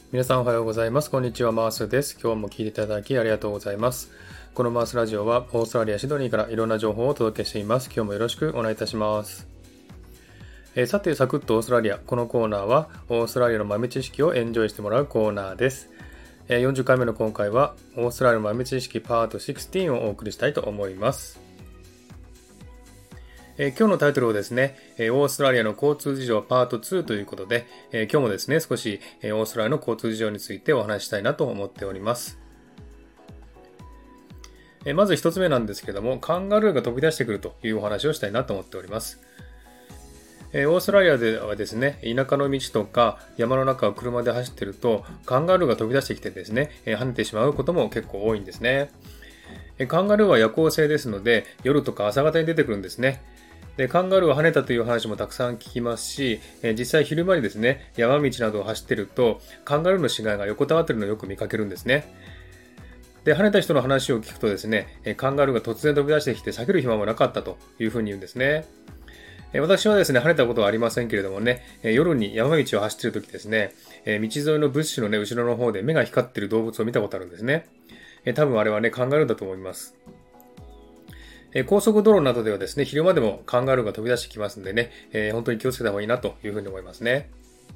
皆さんおはようございます。こんにちは、マースです。今日も聞いていただきありがとうございます。このマースラジオはオーストラリア・シドニーからいろんな情報をお届けしています。今日もよろしくお願いいたします。さて、サクッとオーストラリア。このコーナーはオーストラリアの豆知識をエンジョイしてもらうコーナーです。40回目の今回はオーストラリアの豆知識パート16をお送りしたいと思います。今日のタイトルをですね、オーストラリアの交通事情パート2ということで、今日もですね、少しオーストラリアの交通事情についてお話ししたいなと思っております。まず一つ目なんですけども、カンガルーが飛び出してくるというお話をしたいなと思っております。オーストラリアではですね、田舎の道とか山の中を車で走っていると、カンガルーが飛び出してきてですね、跳ねてしまうことも結構多いんですね。カンガルーは夜行性ですので、夜とか朝方に出てくるんですね。で、カンガルーを跳ねたという話もたくさん聞きますし、実際昼間にですね、山道などを走っていると、カンガルーの死骸が横たわっているのをよく見かけるんですね。で、跳ねた人の話を聞くとですね、カンガルーが突然飛び出してきて避ける暇もなかったというふうに言うんですね。私はですね、跳ねたことはありませんけれどもね、夜に山道を走っているときですね、道沿いのブッシュのね、後ろの方で目が光っている動物を見たことあるんですね。多分あれはね、カンガルーだと思います。高速道路などではですね、昼間でもカンガルーが飛び出してきますんでね、本当に気をつけた方がいいなというふうに思いますね。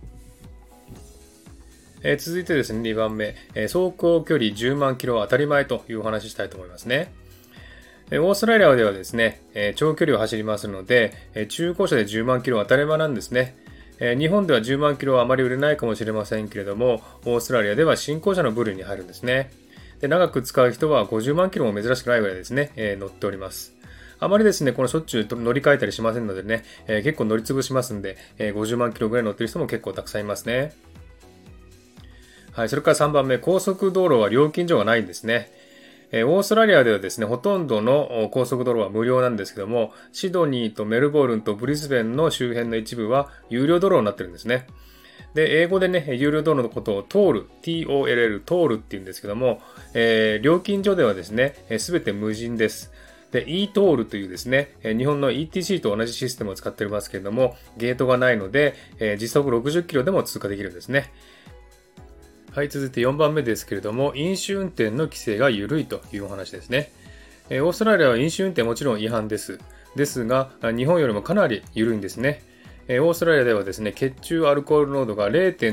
続いてですね、2番目、走行距離10万キロは当たり前というお話ししたいと思いますね。オーストラリアではですね、長距離を走りますので、中古車で10万キロは当たり前なんですね。日本では10万キロはあまり売れないかもしれませんけれども、オーストラリアでは新興車の部類に入るんですね。で、長く使う人は50万キロも珍しくないぐらいですね、乗っております。あまりですね、このしょっちゅう乗り換えたりしませんのでね、結構乗り潰しますんで、50万キロぐらい乗ってる人も結構たくさんいますね。はい、それから3番目、高速道路は料金所がないんですね。オーストラリアではですね、ほとんどの高速道路は無料なんですけども、シドニーとメルボルンとブリスベンの周辺の一部は有料道路になってるんですね。で、英語でね、有料道路のことをトール、TOLL、トールって言うんですけども、料金所ではですね、すべて無人です。で、e-toll というですね、日本の ETC と同じシステムを使っておりますけれども、ゲートがないので、時速60キロでも通過できるんですね。はい、続いて4番目ですけれども、飲酒運転の規制が緩いというお話ですね。オーストラリアは飲酒運転もちろん違反です。ですが、日本よりもかなり緩いんですね。オーストラリアではですね、血中アルコール濃度が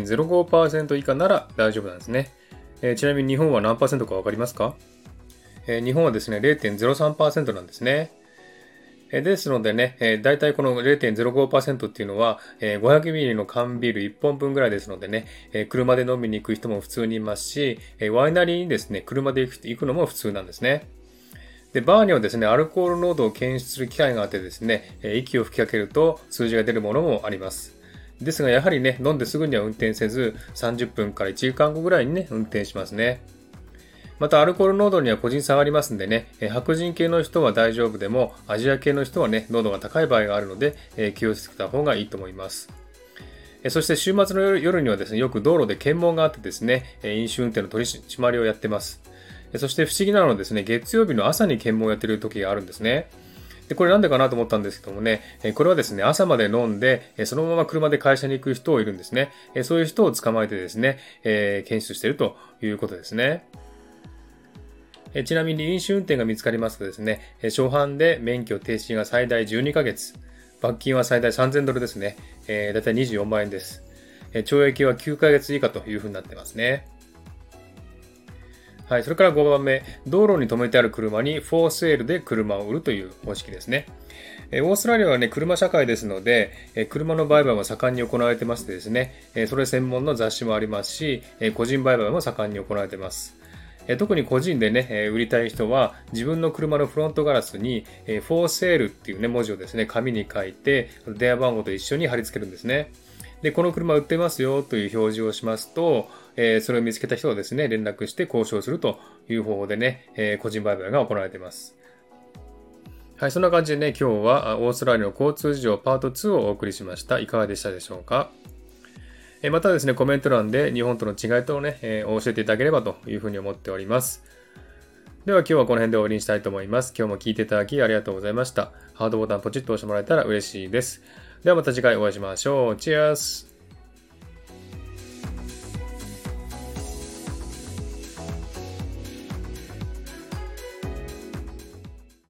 0.05% 以下なら大丈夫なんですね。ちなみに日本は何%かわかりますか？日本はですね、0.03% なんですね。ですのでね、だいたいこの 0.05% っていうのは、500ml の缶ビール1本分ぐらいですのでね、車で飲みに行く人も普通にいますし、ワイナリーにですね、車で行くのも普通なんですね。で、バーにはですね、アルコール濃度を検出する機械があってですね、息を吹きかけると数字が出るものもあります。ですが、やはりね、飲んですぐには運転せず、30分から1時間後ぐらいにね、運転しますね。また、アルコール濃度には個人差がありますんでね、白人系の人は大丈夫でも、アジア系の人はね、濃度が高い場合があるので、気をつけた方がいいと思います。そして週末の夜にはですね、よく道路で検問があってですね、飲酒運転の取り締まりをやってます。そして不思議なのはですね、月曜日の朝に検問をやっている時があるんですね。で、これなんでかなと思ったんですけどもね、これはですね、朝まで飲んで、そのまま車で会社に行く人をいるんですね。そういう人を捕まえてですね、検出しているということですね。ちなみに飲酒運転が見つかりますとですね、初犯で免許停止が最大12ヶ月、罰金は最大$3000ですね。だいたい24万円です。懲役は9ヶ月以下というふうになってますね。はい、それから5番目、道路に止めてある車にフォーセールで車を売るという方式ですね。オーストラリアはね、車社会ですので、車の売買も盛んに行われてましてですね、それ専門の雑誌もありますし、個人売買も盛んに行われています。特に個人でね、売りたい人は自分の車のフロントガラスに、for sale っていうね、文字をですね、紙に書いて、電話番号と一緒に貼り付けるんですね。で、この車売ってますよという表示をしますと、それを見つけた人をですね、連絡して交渉するという方法でね、個人売買が行われています。はい、そんな感じでね、今日はオーストラリアの交通事情パート2をお送りしました。いかがでしたでしょうか？またですね、コメント欄で日本との違いとね、教えていただければというふうに思っております。では今日はこの辺で終わりにしたいと思います。今日も聞いていただきありがとうございました。ハートボタンポチッと押してもらえたら嬉しいです。ではまた次回お会いしましょう。チェアス